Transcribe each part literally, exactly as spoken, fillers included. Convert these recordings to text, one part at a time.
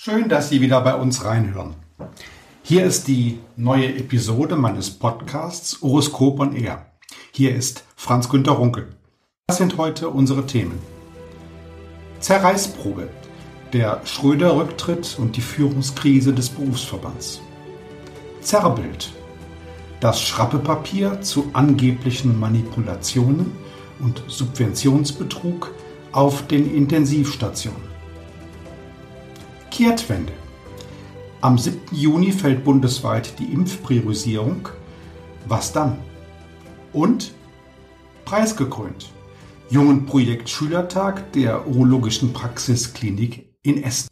Schön, dass Sie wieder bei uns reinhören. Hier ist die neue Episode meines Podcasts Horoskop on Air. Hier ist Franz-Günter Runkel. Das sind heute unsere Themen. Zerreißprobe, der Schröder-Rücktritt und die Führungskrise des Berufsverbands. Zerrbild, das Schrappe-Papier zu angeblichen Manipulationen und Subventionsbetrug auf den Intensivstationen. Kehrtwende. Am siebten Juni fällt bundesweit die Impfpriorisierung. Was dann? Und preisgekrönt. Jungenprojekt Schülertag der Urologischen Praxisklinik in Essen.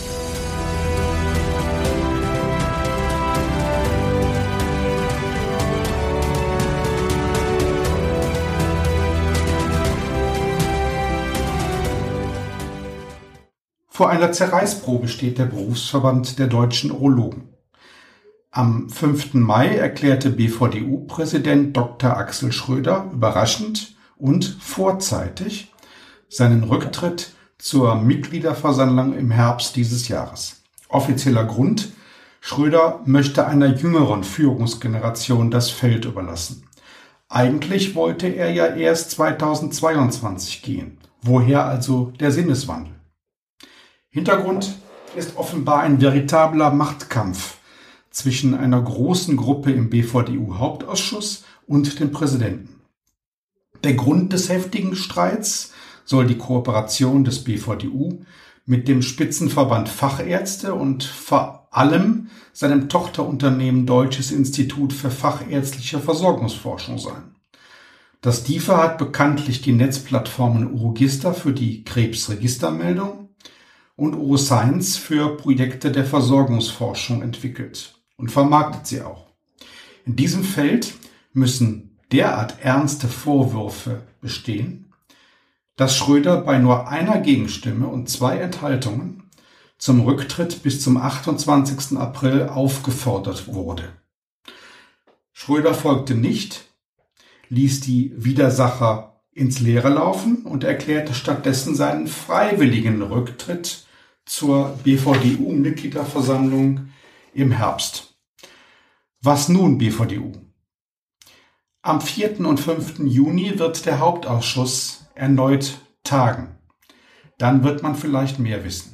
Vor einer Zerreißprobe steht der Berufsverband der deutschen Urologen. Am fünften Mai erklärte B V D U-Präsident Doktor Axel Schröder überraschend und vorzeitig seinen Rücktritt zur Mitgliederversammlung im Herbst dieses Jahres. Offizieller Grund: Schröder möchte einer jüngeren Führungsgeneration das Feld überlassen. Eigentlich wollte er ja erst zweitausendzweiundzwanzig gehen. Woher also der Sinneswandel? Hintergrund ist offenbar ein veritabler Machtkampf zwischen einer großen Gruppe im B V D U-Hauptausschuss und dem Präsidenten. Der Grund des heftigen Streits soll die Kooperation des B V D U mit dem Spitzenverband Fachärzte und vor allem seinem Tochterunternehmen Deutsches Institut für Fachärztliche Versorgungsforschung sein. Das D I F A hat bekanntlich die Netzplattformen Urogista für die Krebsregistermeldung und Uroscience für Projekte der Versorgungsforschung entwickelt und vermarktet sie auch. In diesem Feld müssen derart ernste Vorwürfe bestehen, dass Schröder bei nur einer Gegenstimme und zwei Enthaltungen zum Rücktritt bis zum achtundzwanzigsten April aufgefordert wurde. Schröder folgte nicht, ließ die Widersacher ins Leere laufen und erklärte stattdessen seinen freiwilligen Rücktritt zur B V D U-Mitgliederversammlung im Herbst. Was nun, B V D U? Am vierten und fünften Juni wird der Hauptausschuss erneut tagen. Dann wird man vielleicht mehr wissen.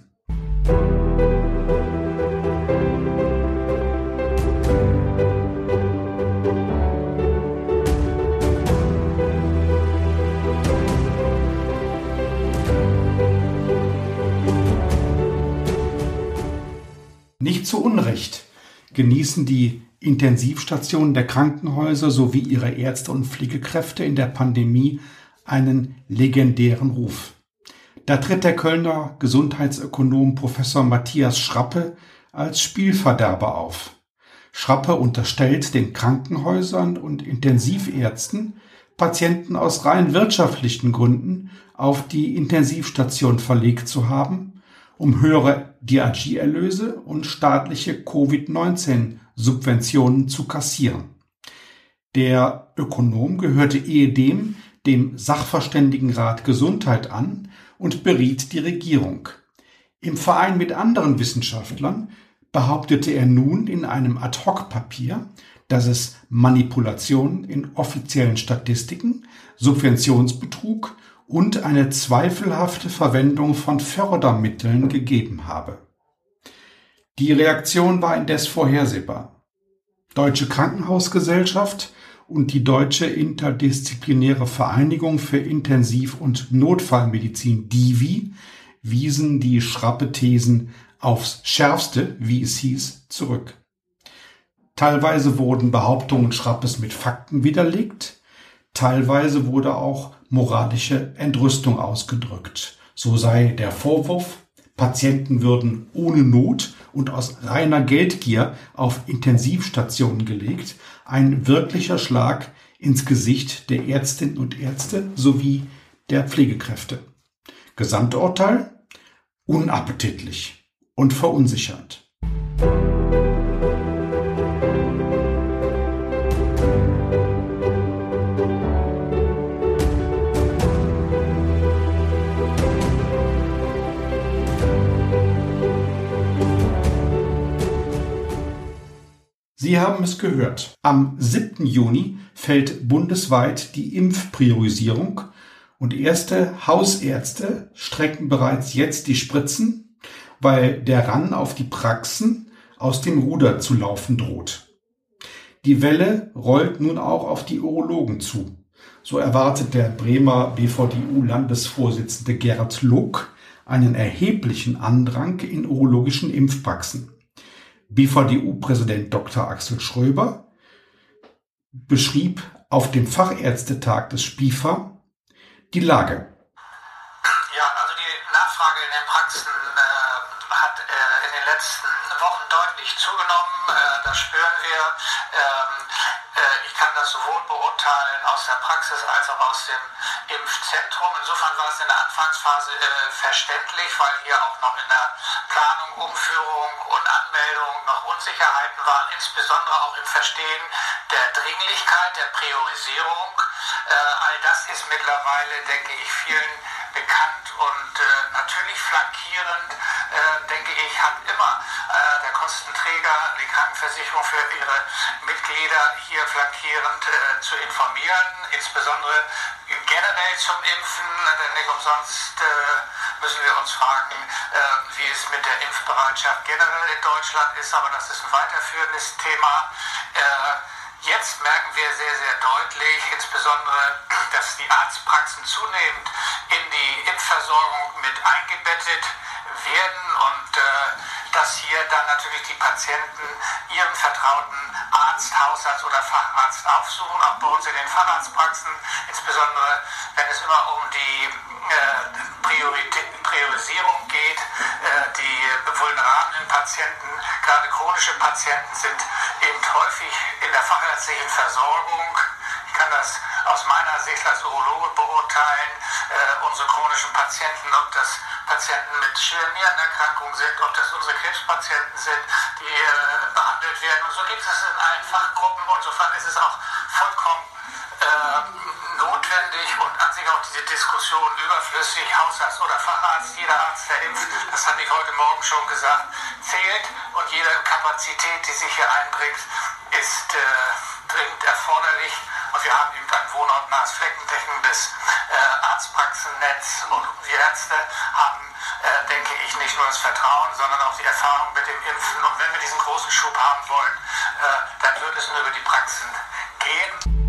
Nicht zu Unrecht genießen die Intensivstationen der Krankenhäuser sowie ihre Ärzte und Pflegekräfte in der Pandemie einen legendären Ruf. Da tritt der Kölner Gesundheitsökonom Professor Matthias Schrappe als Spielverderber auf. Schrappe unterstellt den Krankenhäusern und Intensivärzten, Patienten aus rein wirtschaftlichen Gründen auf die Intensivstation verlegt zu haben, um höhere D R G-Erlöse und staatliche Covid neunzehn Subventionen zu kassieren. Der Ökonom gehörte ehedem dem Sachverständigenrat Gesundheit an und beriet die Regierung. Im Verein mit anderen Wissenschaftlern behauptete er nun in einem Ad-hoc-Papier, dass es Manipulationen in offiziellen Statistiken, Subventionsbetrug und eine zweifelhafte Verwendung von Fördermitteln gegeben habe. Die Reaktion war indes vorhersehbar. Deutsche Krankenhausgesellschaft und die Deutsche Interdisziplinäre Vereinigung für Intensiv- und Notfallmedizin D I V I wiesen die Schrappe-Thesen aufs Schärfste, wie es hieß, zurück. Teilweise wurden Behauptungen Schrappes mit Fakten widerlegt, teilweise wurde auch moralische Entrüstung ausgedrückt. So sei der Vorwurf, Patienten würden ohne Not und aus reiner Geldgier auf Intensivstationen gelegt, ein wirklicher Schlag ins Gesicht der Ärztinnen und Ärzte sowie der Pflegekräfte. Gesamturteil: unappetitlich und verunsichernd. Sie haben es gehört. Am siebten Juni fällt bundesweit die Impfpriorisierung und erste Hausärzte strecken bereits jetzt die Spritzen, weil der Run auf die Praxen aus dem Ruder zu laufen droht. Die Welle rollt nun auch auf die Urologen zu. So erwartet der Bremer B V D U-Landesvorsitzende Gerd Luck einen erheblichen Andrang in urologischen Impfpraxen. B V D U-Präsident Doktor Axel Schröber beschrieb auf dem Fachärztetag des SPIFA die Lage. Ja, also die Nachfrage in den Praxen äh, hat äh, in den letzten Wochen deutlich zugenommen. Äh, das spüren wir. Ähm, äh, ich kann das sowohl beurteilen aus der Praxis als auch aus dem Impfzentrum. Insofern war es in der Anfangsphase äh, verständlich, weil hier auch noch in der Planung, Umführung und Anmeldung noch Unsicherheiten waren, insbesondere auch im Verstehen der Dringlichkeit, der Priorisierung. Äh, all das ist mittlerweile, denke ich, vielen bekannt und äh, natürlich flankierend, äh, denke ich, hat immer äh, der Kostenträger, die Krankenversicherung für ihre Mitglieder hier flankierend äh, zu informieren, insbesondere generell zum Impfen, denn nicht umsonst äh, müssen wir uns fragen, äh, wie es mit der Impfbereitschaft generell in Deutschland ist, aber das ist ein weiterführendes Thema. Äh, Jetzt merken wir sehr, sehr deutlich, insbesondere, dass die Arztpraxen zunehmend in die Impfversorgung mit eingebettet werden und äh, dass hier dann natürlich die Patienten ihren vertrauten Arzt, Hausarzt oder Facharzt aufsuchen, auch bei uns in den Facharztpraxen, insbesondere wenn es immer um die äh, Priorisierung geht. Äh, die vulnerablen Patienten, gerade chronische Patienten, sind eben häufig in der fachärztlichen Versorgung. Ich kann das aus meiner Sicht als Urologe beurteilen. Äh, unsere chronischen Patienten, ob das Patienten mit schweren Nierenerkrankungen sind, ob das unsere Krebspatienten sind, die äh, behandelt werden. Und so gibt es in allen Fachgruppen. Insofern ist es auch vollkommen äh, notwendig und an sich auch diese Diskussion überflüssig, Hausarzt oder Facharzt, jeder Arzt, der impft, das hatte ich heute Morgen schon gesagt, zählt und jede Kapazität, die sich hier einbringt, ist äh, dringend erforderlich. Und wir haben eben ein wohnortnahes, flächendeckendes äh, Arztpraxennetz und die Ärzte haben, äh, denke ich, nicht nur das Vertrauen, sondern auch die Erfahrung mit dem Impfen. Und wenn wir diesen großen Schub haben wollen, äh, dann wird es nur über die Praxen gehen.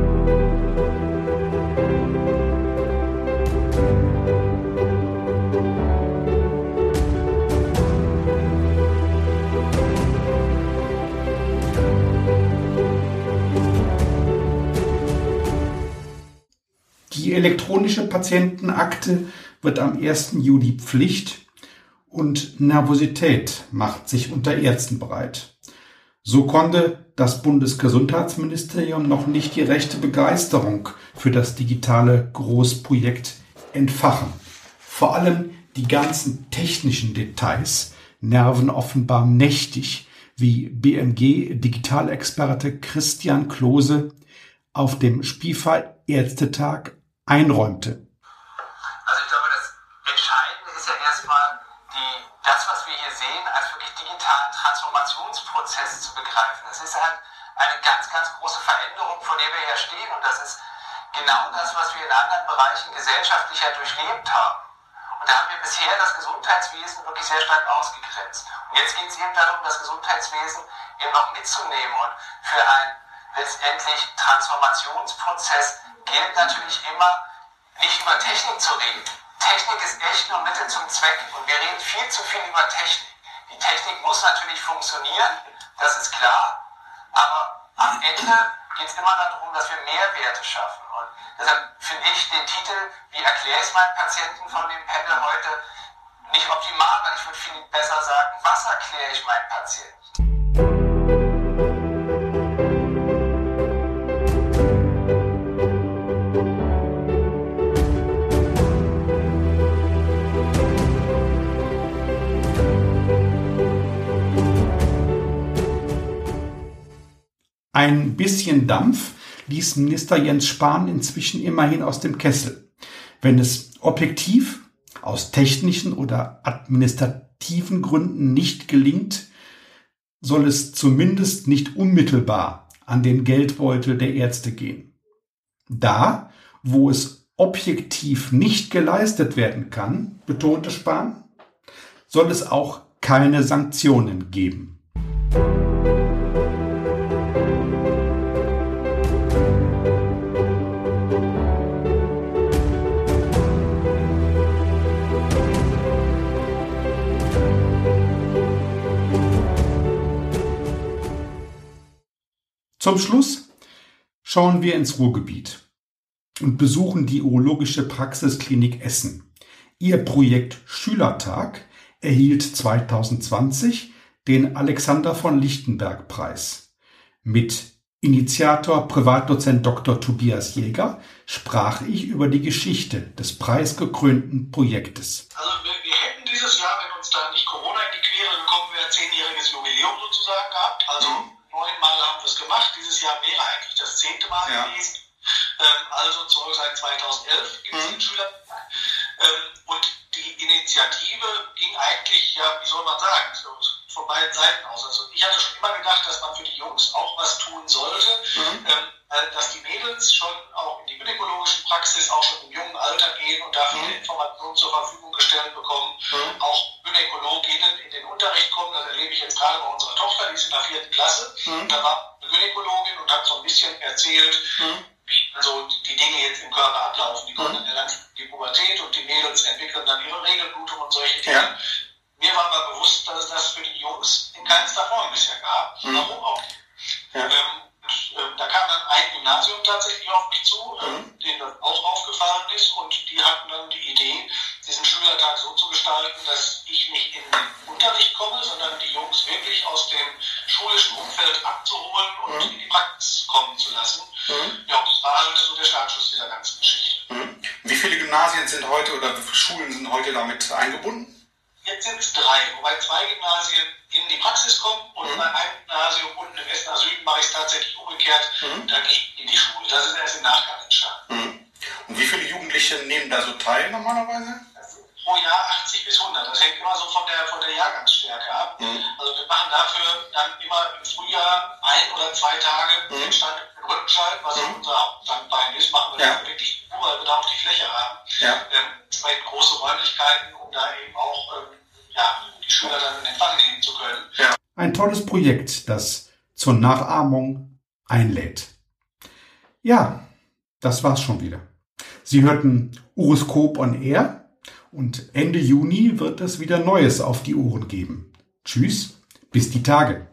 Die elektronische Patientenakte wird am ersten Juli Pflicht und Nervosität macht sich unter Ärzten breit. So konnte das Bundesgesundheitsministerium noch nicht die rechte Begeisterung für das digitale Großprojekt entfachen. Vor allem die ganzen technischen Details nerven offenbar mächtig, wie B M G-Digitalexperte Christian Klose auf dem SPIFA-Ärztetag einräumte. Also ich glaube, das Entscheidende ist ja erstmal die, das, was wir hier sehen, als wirklich digitalen Transformationsprozess zu begreifen. Das ist halt eine ganz, ganz große Veränderung, vor der wir hier stehen. Und das ist genau das, was wir in anderen Bereichen gesellschaftlich ja durchlebt haben. Und da haben wir bisher das Gesundheitswesen wirklich sehr stark ausgegrenzt. Und jetzt geht es eben darum, das Gesundheitswesen eben auch mitzunehmen. Und für einen letztendlich Transformationsprozess gilt natürlich immer, nicht über Technik zu reden. Technik ist echt nur Mittel zum Zweck und wir reden viel zu viel über Technik. Die Technik muss natürlich funktionieren, das ist klar, aber am Ende geht es immer darum, dass wir Mehrwerte schaffen. Und deshalb finde ich den Titel, wie erkläre ich es meinen Patienten von dem Panel heute, nicht optimal, weil ich würde viel besser sagen, was erkläre ich meinen Patienten? Ein bisschen Dampf ließ Minister Jens Spahn inzwischen immerhin aus dem Kessel. Wenn es objektiv aus technischen oder administrativen Gründen nicht gelingt, soll es zumindest nicht unmittelbar an den Geldbeutel der Ärzte gehen. Da, wo es objektiv nicht geleistet werden kann, betonte Spahn, soll es auch keine Sanktionen geben. Zum Schluss schauen wir ins Ruhrgebiet und besuchen die Urologische Praxisklinik Essen. Ihr Projekt Schülertag erhielt zwanzig zwanzig den Alexander von Lichtenberg-Preis. Mit Initiator Privatdozent Doktor Tobias Jäger sprach ich über die Geschichte des preisgekrönten Projektes. Also wir, wir hätten dieses Jahr, wenn uns da nicht Corona in die Quere gekommen wäre, zehnjähriges Jubiläum sozusagen gehabt. Also mhm. neunmal haben wir es gemacht. Dieses Jahr wäre eigentlich das zehnte Mal ja. gewesen. Ähm, also zurück seit zweitausendelf gibt es mhm. den Schülertag. Ähm, und die Initiative ging eigentlich, ja, wie soll man sagen, so von beiden Seiten aus. Also ich hatte schon immer gedacht, dass man für die Jungs auch was tun sollte, mhm. ähm, dass die Mädels schon auch in die gynäkologischen Praxis auch schon im jungen Alter gehen und da viele mhm. Informationen zur Verfügung gestellt bekommen. Mhm. Auch Gynäkologinnen in den Unterricht kommen. Das erlebe ich jetzt gerade bei unserer Tochter, die ist in der vierten Klasse. Mhm. Da war eine Gynäkologin und hat so ein bisschen erzählt, mhm. wie also die Dinge jetzt im Körper ablaufen. Die kommen mhm. dann in die Pubertät und die Mädels entwickeln dann ihre Regelblutung und solche Dinge. Ja. Mir war aber bewusst, dass es das für die Jungs in keinster Form bisher gab. Mhm. Warum auch? Ja. Ähm, und, ähm, da kam dann ein Gymnasium tatsächlich auf mich zu, mhm. ähm, denen das auch aufgefallen ist, und die hatten dann die Idee, diesen Schülertag so zu gestalten, dass ich nicht in den Unterricht komme, sondern die Jungs wirklich aus dem schulischen Umfeld abzuholen und mhm. in die Praxis kommen zu lassen. Mhm. Ja, das war halt so der Startschuss dieser ganzen Geschichte. Mhm. Wie viele Gymnasien sind heute oder Schulen sind heute damit eingebunden? Jetzt sind es drei, wobei zwei Gymnasien in die Praxis kommen und mhm. bei einem Gymnasium unten im Essener Süden mache ich es tatsächlich umgekehrt, mhm. da gehe ich in die Schule. Das ist erst im Nachgang entstanden. Mhm. Und wie viele Jugendliche nehmen da so teil normalerweise? Pro Jahr achtzig bis hundert. Das hängt immer so von der, von der Jahrgangsstärke ab. Mhm. Also wir machen dafür dann immer im Frühjahr ein oder zwei Tage mhm. den Stand im Rückenschalt, was mhm. unser Hauptstandbein ist, machen wir ja. wirklich nur, weil wir da auch die Fläche haben. Ja. Ähm, zwei große Räumlichkeiten, um da eben auch ähm, ja, die Schüler dann in Empfang nehmen zu können. Ja. Ein tolles Projekt, das zur Nachahmung einlädt. Ja, das war's schon wieder. Sie hörten Uroskop on Air. Und Ende Juni wird es wieder Neues auf die Ohren geben. Tschüss, bis die Tage.